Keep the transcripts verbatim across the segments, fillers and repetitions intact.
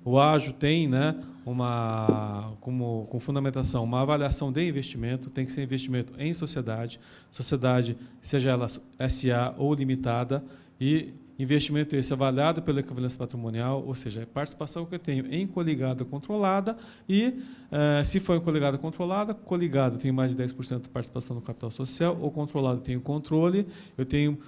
o ágio tem, né, uma, como, com fundamentação, uma avaliação de investimento, tem que ser investimento em sociedade, sociedade, seja ela S A ou limitada, e investimento esse avaliado pela equivalência patrimonial, ou seja, a participação que eu tenho em coligada controlada e, eh, se for em coligada controlada, coligada tem mais de dez por cento de participação no capital social, ou controlado tenho controle, eu tenho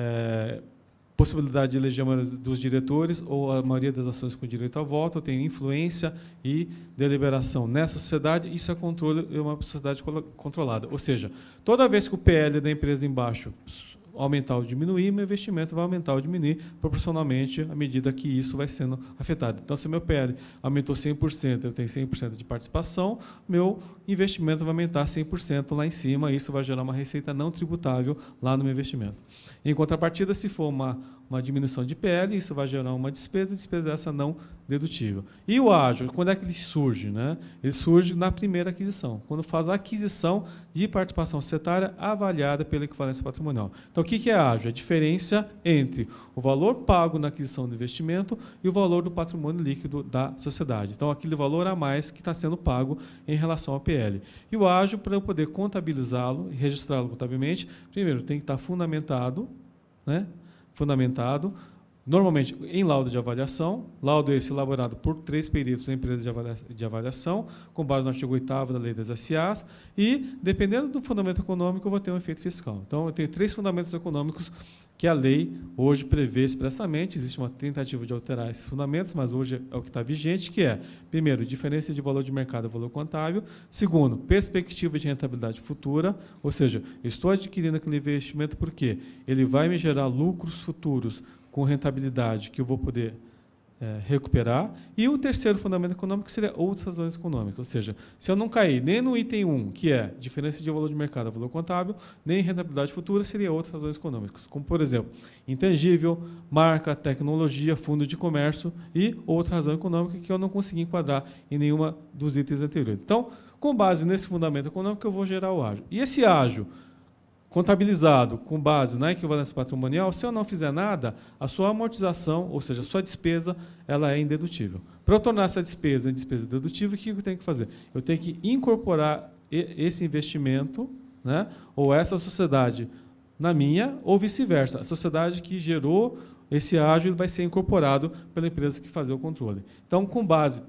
eh, possibilidade de eleger a maioria dos diretores ou a maioria das ações com direito a voto, eu tenho influência e deliberação nessa sociedade, isso é controle, é uma sociedade controlada. Ou seja, toda vez que o P L da empresa embaixo aumentar ou diminuir, meu investimento vai aumentar ou diminuir proporcionalmente à medida que isso vai sendo afetado. Então, se meu P L aumentou cem por cento, eu tenho cem por cento de participação, meu investimento vai aumentar cem por cento lá em cima, e isso vai gerar uma receita não tributável lá no meu investimento. Em contrapartida, se for uma, uma diminuição de P L, isso vai gerar uma despesa, despesa essa não dedutível. E o ágio, quando é que ele surge? Né? Ele surge na primeira aquisição, quando faz a aquisição de participação societária avaliada pela equivalência patrimonial. Então, o que é ágio? É a diferença entre o valor pago na aquisição do investimento e o valor do patrimônio líquido da sociedade. Então, aquele valor a mais que está sendo pago em relação ao P L. E o ágio, para eu poder contabilizá-lo e registrá-lo contabilmente, primeiro, tem que estar fundamentado, né? fundamentado, normalmente em laudo de avaliação, laudo esse elaborado por três peritos da empresa de, avalia de avaliação, com base no artigo oitavo da Lei das S As, e, dependendo do fundamento econômico, eu vou ter um efeito fiscal. Então, eu tenho três fundamentos econômicos que a lei hoje prevê expressamente. Existe uma tentativa de alterar esses fundamentos, mas hoje é o que está vigente, que é, primeiro, diferença de valor de mercado e valor contábil. Segundo, perspectiva de rentabilidade futura, ou seja, eu estou adquirindo aquele investimento porque ele vai me gerar lucros futuros com rentabilidade que eu vou poder é, recuperar. E o terceiro fundamento econômico seria outras razões econômicas, ou seja, se eu não cair nem no item um, que é diferença de valor de mercado, valor contábil, nem rentabilidade futura, seria outras razões econômicas, como, por exemplo, intangível, marca, tecnologia, fundo de comércio e outra razão econômica que eu não consegui enquadrar em nenhuma dos itens anteriores. Então, com base nesse fundamento econômico, eu vou gerar o ágio. E esse ágio contabilizado com base na equivalência patrimonial, se eu não fizer nada, a sua amortização, ou seja, a sua despesa, ela é indedutível. Para eu tornar essa despesa em despesa dedutível, o que eu tenho que fazer? Eu tenho que incorporar esse investimento, né, ou essa sociedade na minha, ou vice-versa. A sociedade que gerou esse ágio vai ser incorporado pela empresa que fazer o controle. Então, com base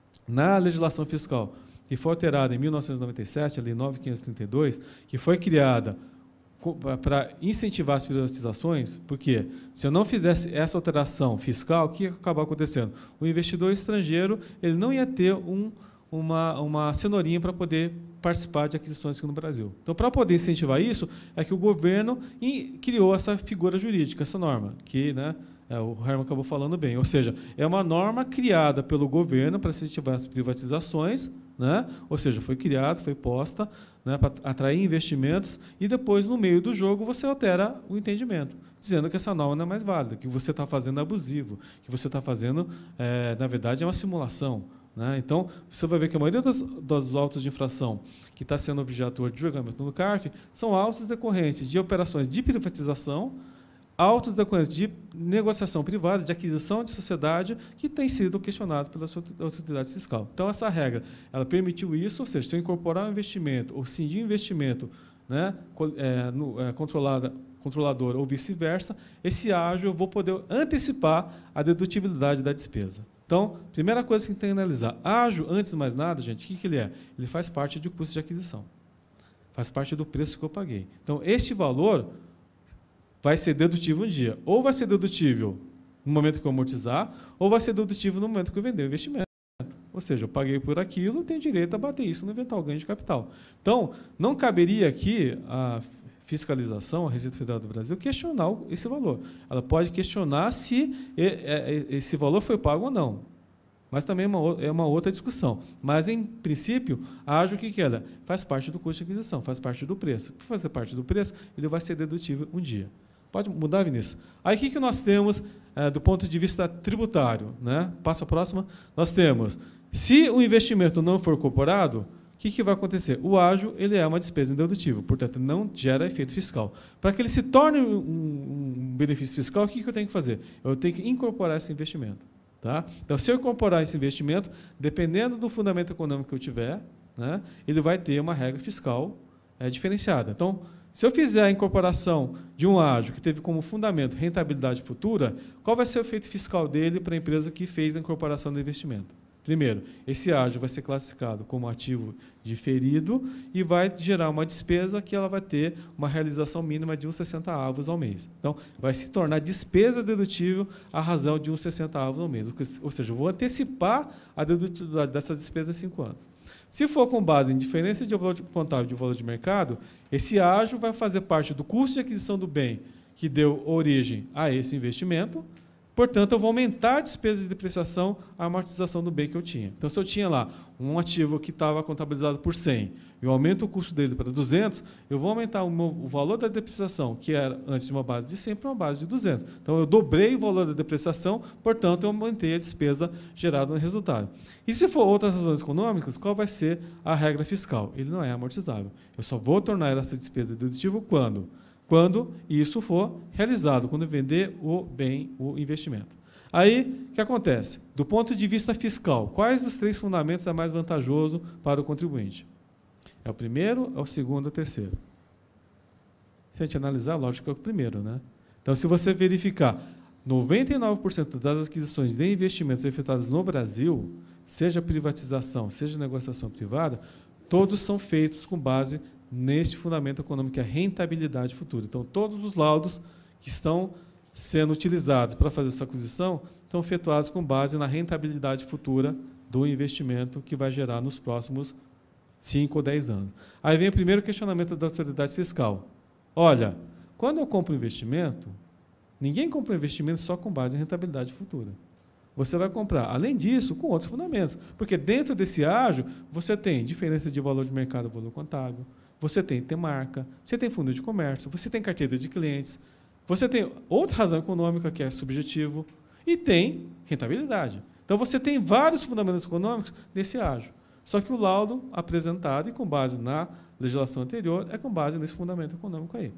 na legislação fiscal, que foi alterada em mil novecentos e noventa e sete, a Lei nove mil quinhentos e trinta e dois, que foi criada para incentivar as privatizações, porque se eu não fizesse essa alteração fiscal, o que ia acabar acontecendo? O investidor estrangeiro ele não ia ter um, uma, uma cenourinha para poder participar de aquisições aqui no Brasil. Então, para poder incentivar isso, é que o governo criou essa figura jurídica, essa norma, que, né, é, o Herman acabou falando bem. Ou seja, é uma norma criada pelo governo para incentivar as privatizações, né? Ou seja, foi criada, foi posta, né, para atrair investimentos, e depois, no meio do jogo, você altera o entendimento, dizendo que essa norma não é mais válida, que você está fazendo abusivo, que você está fazendo, é, na verdade, é uma simulação. Né? Então, você vai ver que a maioria dos, dos autos de infração que está sendo objeto de julgamento no CARF são autos decorrentes de operações de privatização, autos decorrentes de negociação privada, de aquisição de sociedade, que tem sido questionado pela autoridade fiscal. Então, essa regra, ela permitiu isso, ou seja, se eu incorporar um investimento, ou cindir um investimento, né, é, no, é, controlada, controlador ou vice-versa, esse ágio eu vou poder antecipar a dedutibilidade da despesa. Então, primeira coisa que tem que analisar, ágio, antes de mais nada, gente, o que, que ele é? Ele faz parte do custo de aquisição, faz parte do preço que eu paguei. Então, este valor vai ser dedutível um dia. Ou vai ser dedutível no momento que eu amortizar, ou vai ser dedutível no momento que eu vender o investimento. Ou seja, eu paguei por aquilo, tenho direito a bater isso no eventual ganho de capital. Então, não caberia aqui a fiscalização, a Receita Federal do Brasil, questionar esse valor. Ela pode questionar se esse valor foi pago ou não. Mas também é uma, é uma outra discussão. Mas, em princípio, ágio o que que ela faz parte do custo de aquisição, faz parte do preço. Por fazer parte do preço, ele vai ser dedutível um dia. Pode mudar, Vinícius? Aí, o que, que nós temos é, do ponto de vista tributário? Né? Passa a próxima. Nós temos, se o investimento não for incorporado, o que, que vai acontecer? O ágio ele é uma despesa indedutível, portanto, não gera efeito fiscal. Para que ele se torne um, um benefício fiscal, o que, que eu tenho que fazer? Eu tenho que incorporar esse investimento. Tá? Então, se eu incorporar esse investimento, dependendo do fundamento econômico que eu tiver, né, ele vai ter uma regra fiscal é, diferenciada. Então, se eu fizer a incorporação de um ágio que teve como fundamento rentabilidade futura, qual vai ser o efeito fiscal dele para a empresa que fez a incorporação do investimento? Primeiro, esse ágio vai ser classificado como ativo diferido e vai gerar uma despesa que ela vai ter uma realização mínima de uns sessenta avos ao mês. Então, vai se tornar despesa dedutível à razão de uns sessenta avos ao mês. Ou seja, eu vou antecipar a dedutibilidade dessas despesas em cinco anos. Se for com base em diferença de valor contábil de valor de mercado, esse ágio vai fazer parte do custo de aquisição do bem que deu origem a esse investimento. Portanto, eu vou aumentar a despesa de depreciação, a amortização do bem que eu tinha. Então, se eu tinha lá um ativo que estava contabilizado por cem, e eu aumento o custo dele para duzentos, eu vou aumentar o, meu, o valor da depreciação, que era antes de uma base de cem, para uma base de duzentos. Então, eu dobrei o valor da depreciação, portanto, eu aumentei a despesa gerada no resultado. E se for outras razões econômicas, qual vai ser a regra fiscal? Ele não é amortizável. Eu só vou tornar essa despesa dedutível quando? Quando isso for realizado, quando eu vender o bem, o investimento. Aí, o que acontece? Do ponto de vista fiscal, quais dos três fundamentos é mais vantajoso para o contribuinte? É o primeiro, é o segundo ou o terceiro? Se a gente analisar, lógico que é o primeiro, né? Então, se você verificar, noventa e nove por cento das aquisições de investimentos efetuadas no Brasil, seja privatização, seja negociação privada, todos são feitos com base neste fundamento econômico, que é a rentabilidade futura. Então, todos os laudos que estão sendo utilizados para fazer essa aquisição estão efetuados com base na rentabilidade futura do investimento que vai gerar nos próximos cinco ou dez anos. Aí vem o primeiro questionamento da autoridade fiscal. Olha, quando eu compro investimento, ninguém compra investimento só com base em rentabilidade futura. Você vai comprar, além disso, com outros fundamentos. Porque dentro desse ágio, você tem diferença de valor de mercado e valor contábil, você tem marca, você tem fundo de comércio, você tem carteira de clientes, você tem outra razão econômica, que é subjetivo, e tem rentabilidade. Então, você tem vários fundamentos econômicos nesse ágio. Só que o laudo apresentado, e com base na legislação anterior, é com base nesse fundamento econômico aí.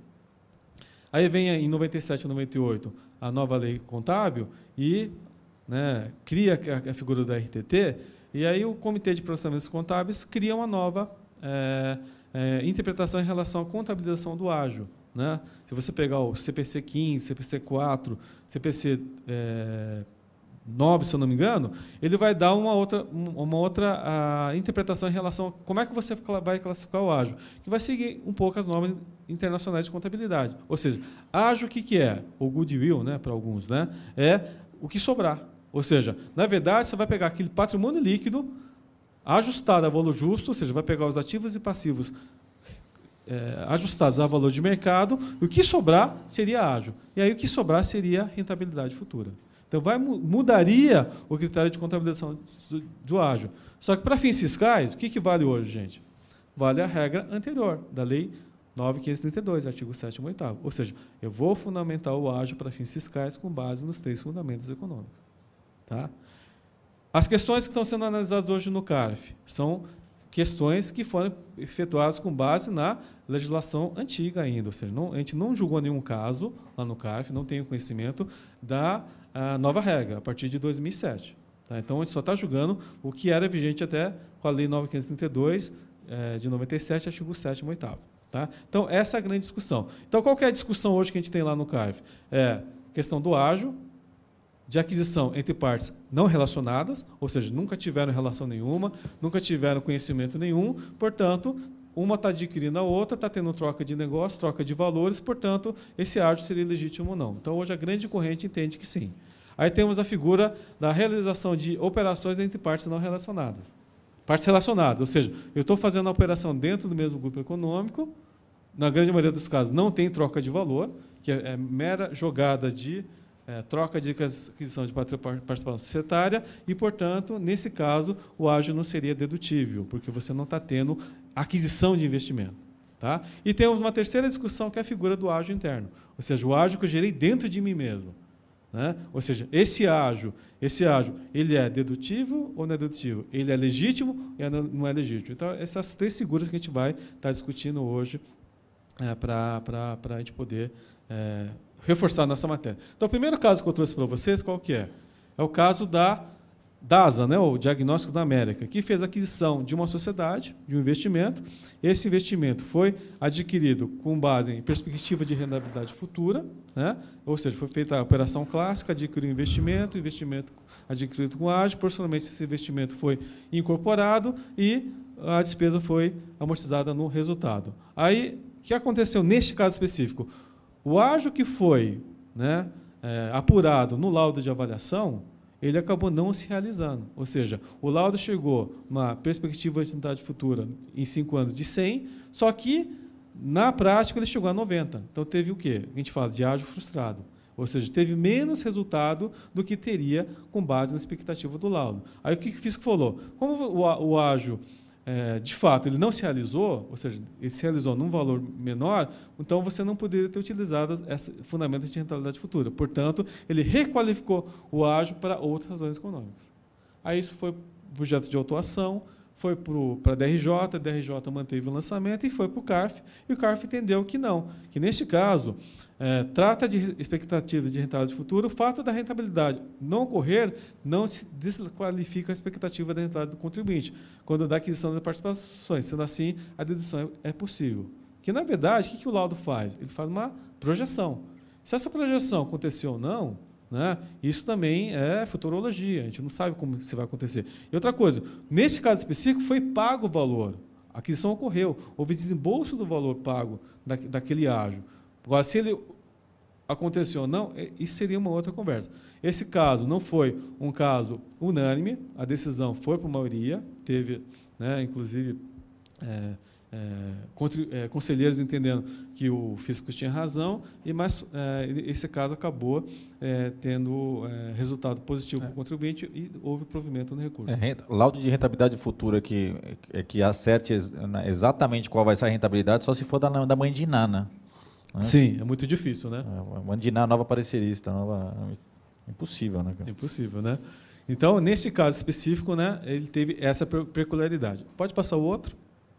Aí vem, em noventa e sete e noventa e oito, a nova lei contábil e, né, cria a, a figura da R T T, e aí o Comitê de Processamentos Contábeis cria uma nova é, é, interpretação em relação à contabilização do ágio. Né? Se você pegar o C P C quinze, C P C quatro, C P C é, nove, se eu não me engano, ele vai dar uma outra, uma outra a, interpretação em relação a como é que você vai classificar o ágio, que vai seguir um pouco as normas internacionais de contabilidade. Ou seja, ágio, o que, que é? O goodwill, né, para alguns, né, é o que sobrar. Ou seja, na verdade, você vai pegar aquele patrimônio líquido ajustado a valor justo, ou seja, vai pegar os ativos e passivos é, ajustados a valor de mercado, e o que sobrar seria ágio. E aí o que sobrar seria rentabilidade futura. Então, vai, mudaria o critério de contabilização do, do ágio. Só que, para fins fiscais, o que, que vale hoje, gente? Vale a regra anterior, da Lei nove mil quinhentos e trinta e dois, artigo sétimo e oitavo. Ou seja, eu vou fundamentar o ágio para fins fiscais com base nos três fundamentos econômicos. Tá? As questões que estão sendo analisadas hoje no CARF são questões que foram efetuadas com base na legislação antiga ainda. Ou seja, não, a gente não julgou nenhum caso lá no CARF, não tem conhecimento da a nova regra, a partir de dois mil e sete. Tá? Então, a gente só está julgando o que era vigente até com a Lei nove mil quinhentos e trinta e dois, é, de noventa e sete, artigo sétimo e oitavo. Tá? Então, essa é a grande discussão. Então, qual que é a discussão hoje que a gente tem lá no CARF? É questão do ágio, de aquisição entre partes não relacionadas, ou seja, nunca tiveram relação nenhuma, nunca tiveram conhecimento nenhum, portanto, uma está adquirindo a outra, está tendo troca de negócio, troca de valores, portanto, esse ágio seria legítimo ou não. Então, hoje, a grande corrente entende que sim. Aí temos a figura da realização de operações entre partes não relacionadas. Partes relacionadas, ou seja, eu estou fazendo a operação dentro do mesmo grupo econômico, na grande maioria dos casos não tem troca de valor, que é, é mera jogada de é, troca de aquisição de participação societária e, portanto, nesse caso, o ágio não seria dedutível, porque você não está tendo aquisição de investimento. Tá? E temos uma terceira discussão, que é a figura do ágio interno, ou seja, o ágio que eu gerei dentro de mim mesmo. Né? Ou seja, esse ágio, esse ágio, ele é dedutível ou não é dedutível? Ele é legítimo ou não é legítimo? Então, essas três figuras que a gente vai estar discutindo hoje é, para a gente poder é, reforçar a nossa matéria. Então, o primeiro caso que eu trouxe para vocês, qual que é? É o caso da DASA, né, o Diagnóstico da América, que fez a aquisição de uma sociedade, de um investimento. Esse investimento foi adquirido com base em perspectiva de rentabilidade futura, né, ou seja, foi feita a operação clássica, adquiriu investimento, investimento adquirido com ágio, posteriormente esse investimento foi incorporado e a despesa foi amortizada no resultado. Aí, o que aconteceu neste caso específico? O ágio que foi, né, é, apurado no laudo de avaliação, ele acabou não se realizando. Ou seja, o laudo chegou uma perspectiva de rentabilidade futura em cinco anos de cem, só que, na prática, ele chegou a noventa. Então, teve o quê? A gente fala de ágio frustrado. Ou seja, teve menos resultado do que teria com base na expectativa do laudo. Aí, o que o Fisco falou? Como o, o ágio, é, de fato, ele não se realizou, ou seja, ele se realizou num valor menor, então você não poderia ter utilizado esse fundamento de rentabilidade futura. Portanto, ele requalificou o ágio para outras razões econômicas. Aí isso foi projeto de autuação, foi para a D R J, a D R J manteve o lançamento e foi para o CARF, e o CARF entendeu que não, que neste caso, é, trata de expectativa de rentabilidade futura, o fato da rentabilidade não ocorrer não se desqualifica a expectativa da rentabilidade do contribuinte, quando da aquisição das participações, sendo assim, a dedução é, é possível. Que, na verdade, o que, que o laudo faz? Ele faz uma projeção. Se essa projeção aconteceu ou não, né, isso também é futurologia, a gente não sabe como isso vai acontecer. E outra coisa, nesse caso específico, foi pago o valor, a aquisição ocorreu, houve desembolso do valor pago da, daquele ágio. Agora, se ele aconteceu ou não, isso seria uma outra conversa. Esse caso não foi um caso unânime, a decisão foi por maioria, teve, né, inclusive, é, É, contra, é, conselheiros entendendo que o fisco tinha razão, e mas é, esse caso acabou é, tendo é, resultado positivo é. para o contribuinte e houve provimento no recurso. É, laudo de rentabilidade futura que, que acerte exatamente qual vai ser a rentabilidade, só se for da, da mãe de Iná, né? Sim, é muito difícil, né? É, mãe de Iná, nova parecerista, nova... impossível, né? Impossível, né? Então, nesse caso específico, né, ele teve essa peculiaridade. Pode passar o outro?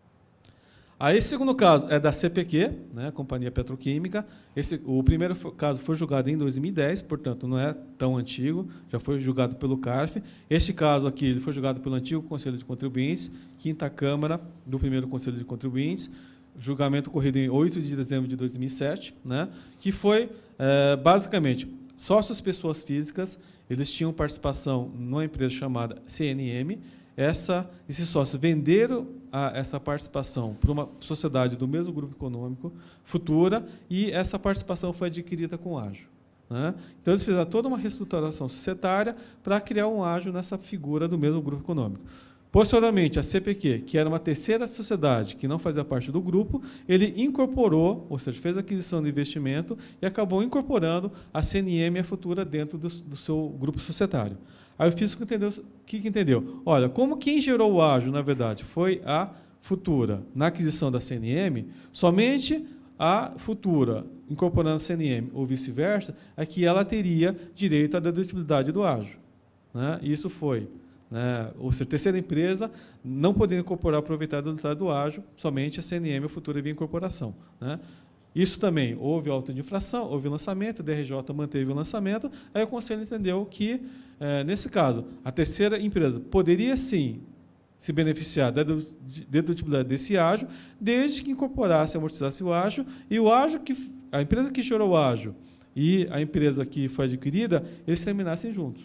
Aí, esse segundo caso é da C P Q, né, Companhia Petroquímica. Esse, o primeiro caso foi julgado em dois mil e dez, portanto, não é tão antigo, já foi julgado pelo CARF. Este caso aqui ele foi julgado pelo antigo Conselho de Contribuintes, quinta Câmara do primeiro Conselho de Contribuintes, julgamento ocorrido em oito de dezembro de dois mil e sete, né, que foi, é, basicamente, sócios pessoas físicas, eles tinham participação numa empresa chamada C N M. Essa, esses sócios venderam a, essa participação para uma sociedade do mesmo grupo econômico, futura, e essa participação foi adquirida com ágio. Né? Então, eles fizeram toda uma reestruturação societária para criar um ágio nessa figura do mesmo grupo econômico. Posteriormente, a C P Q, que era uma terceira sociedade que não fazia parte do grupo, ele incorporou, ou seja, fez a aquisição de investimento e acabou incorporando a C N M e a Futura dentro do, do seu grupo societário. Aí o Fisco entendeu, o que, que entendeu? Olha, como quem gerou o ágio, na verdade, foi a Futura na aquisição da C N M, somente a Futura, incorporando a C N M ou vice-versa, é que ela teria direito à dedutibilidade do ágio. Né? Isso foi... Né? Ou seja, a terceira empresa não poderia incorporar aproveitar a dedutibilidade do ágio, somente a C N M ou Futura via incorporação. Né? Isso também, houve auto de infração, houve lançamento, a D R J manteve o lançamento, aí o Conselho entendeu que, é, nesse caso, a terceira empresa poderia, sim, se beneficiar da dedutibilidade desse ágio, desde que incorporasse e amortizasse o ágio, e o ágio que, a empresa que gerou o ágio e a empresa que foi adquirida, eles terminassem juntos.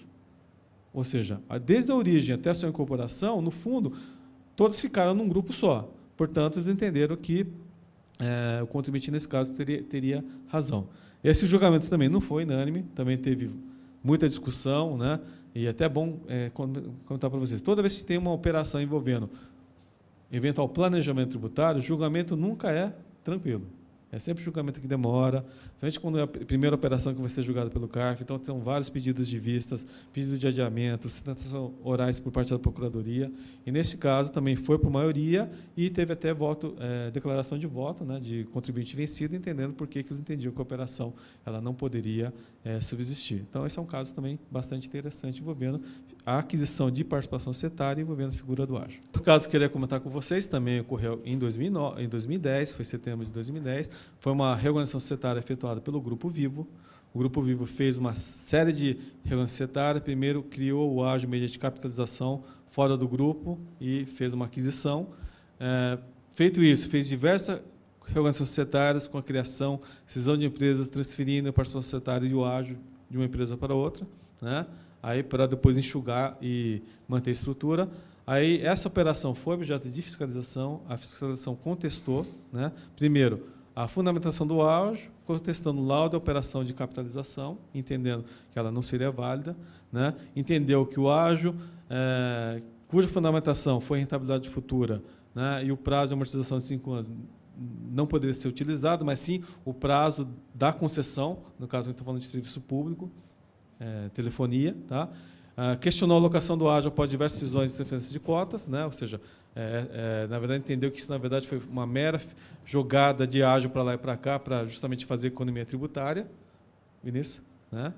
Ou seja, desde a origem até a sua incorporação, no fundo, todos ficaram num grupo só. Portanto, eles entenderam que É, o contribuinte, nesse caso, teria, teria razão. Esse julgamento também não foi unânime, também teve muita discussão, né? E é até bom é, contar para vocês. Toda vez que tem uma operação envolvendo eventual planejamento tributário, o julgamento nunca é tranquilo. É sempre julgamento que demora, principalmente quando é a primeira operação que vai ser julgada pelo CARF, então são vários pedidos de vistas, pedidos de adiamento, citações orais por parte da Procuradoria, e nesse caso também foi por maioria e teve até voto, é, declaração de voto, né, de contribuinte vencido, entendendo por que eles entendiam que a operação ela não poderia é, subsistir. Então, esse é um caso também bastante interessante, envolvendo a aquisição de participação societária envolvendo a figura do ágio. Outro caso que eu queria comentar com vocês, também ocorreu em dois mil e nove, em dois mil e dez, foi setembro de dois mil e dez, foi uma reorganização societária efetuada pelo Grupo Vivo. O Grupo Vivo fez uma série de reorganizações societárias. Primeiro, criou o Ágio mediante capitalização fora do grupo e fez uma aquisição. É, feito isso, fez diversas reorganizações societárias com a criação, cisão de empresas, transferindo a participação societária e o ágio de uma empresa para outra, né? Aí para depois enxugar e manter a estrutura. Aí essa operação foi objeto de fiscalização, a fiscalização contestou, né? Primeiro, a fundamentação do ágio, contestando o laudo da operação de capitalização, entendendo que ela não seria válida, né? Entendeu que o ágio, é, cuja fundamentação foi rentabilidade futura, né? E o prazo de amortização de cinco anos não poderia ser utilizado, mas sim o prazo da concessão, no caso, a gente está falando de serviço público, é, telefonia, tá? Ah, questionou a alocação do ágio após diversas decisões de transferência de cotas, né? Ou seja, é, é, na verdade, entendeu que isso, na verdade, foi uma mera jogada de ágio para lá e para cá, para justamente fazer economia tributária. Vinícius? Né?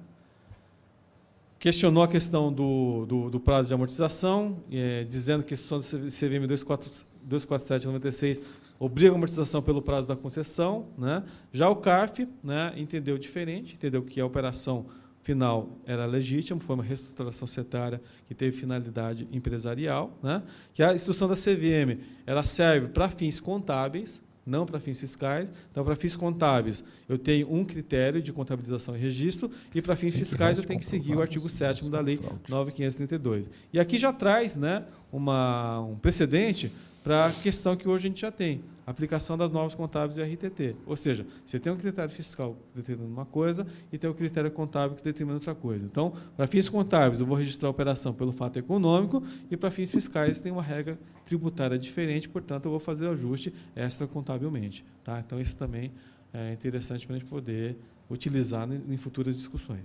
Questionou a questão do, do, do prazo de amortização, é, dizendo que a questão do C V M duzentos e quarenta e sete barra noventa e seis obriga a amortização pelo prazo da concessão, né? Já o CARF, né, entendeu diferente, entendeu que a operação final era legítima, foi uma reestruturação societária que teve finalidade empresarial, né? Que a instrução da C V M ela serve para fins contábeis, não para fins fiscais. Então, para fins contábeis, eu tenho um critério de contabilização e registro, e para fins fiscais eu tenho que seguir o artigo sétimo da Lei nove mil quinhentos e trinta e dois. E aqui já traz, né, uma, um precedente para a questão que hoje a gente já tem, aplicação das normas contábeis e R T T. Ou seja, você tem um critério fiscal que determina uma coisa e tem um critério contábil que determina outra coisa. Então, para fins contábeis, eu vou registrar a operação pelo fato econômico, e para fins fiscais tem uma regra tributária diferente, portanto, eu vou fazer o ajuste extracontabilmente. Tá? Então, isso também é interessante para a gente poder utilizar em futuras discussões.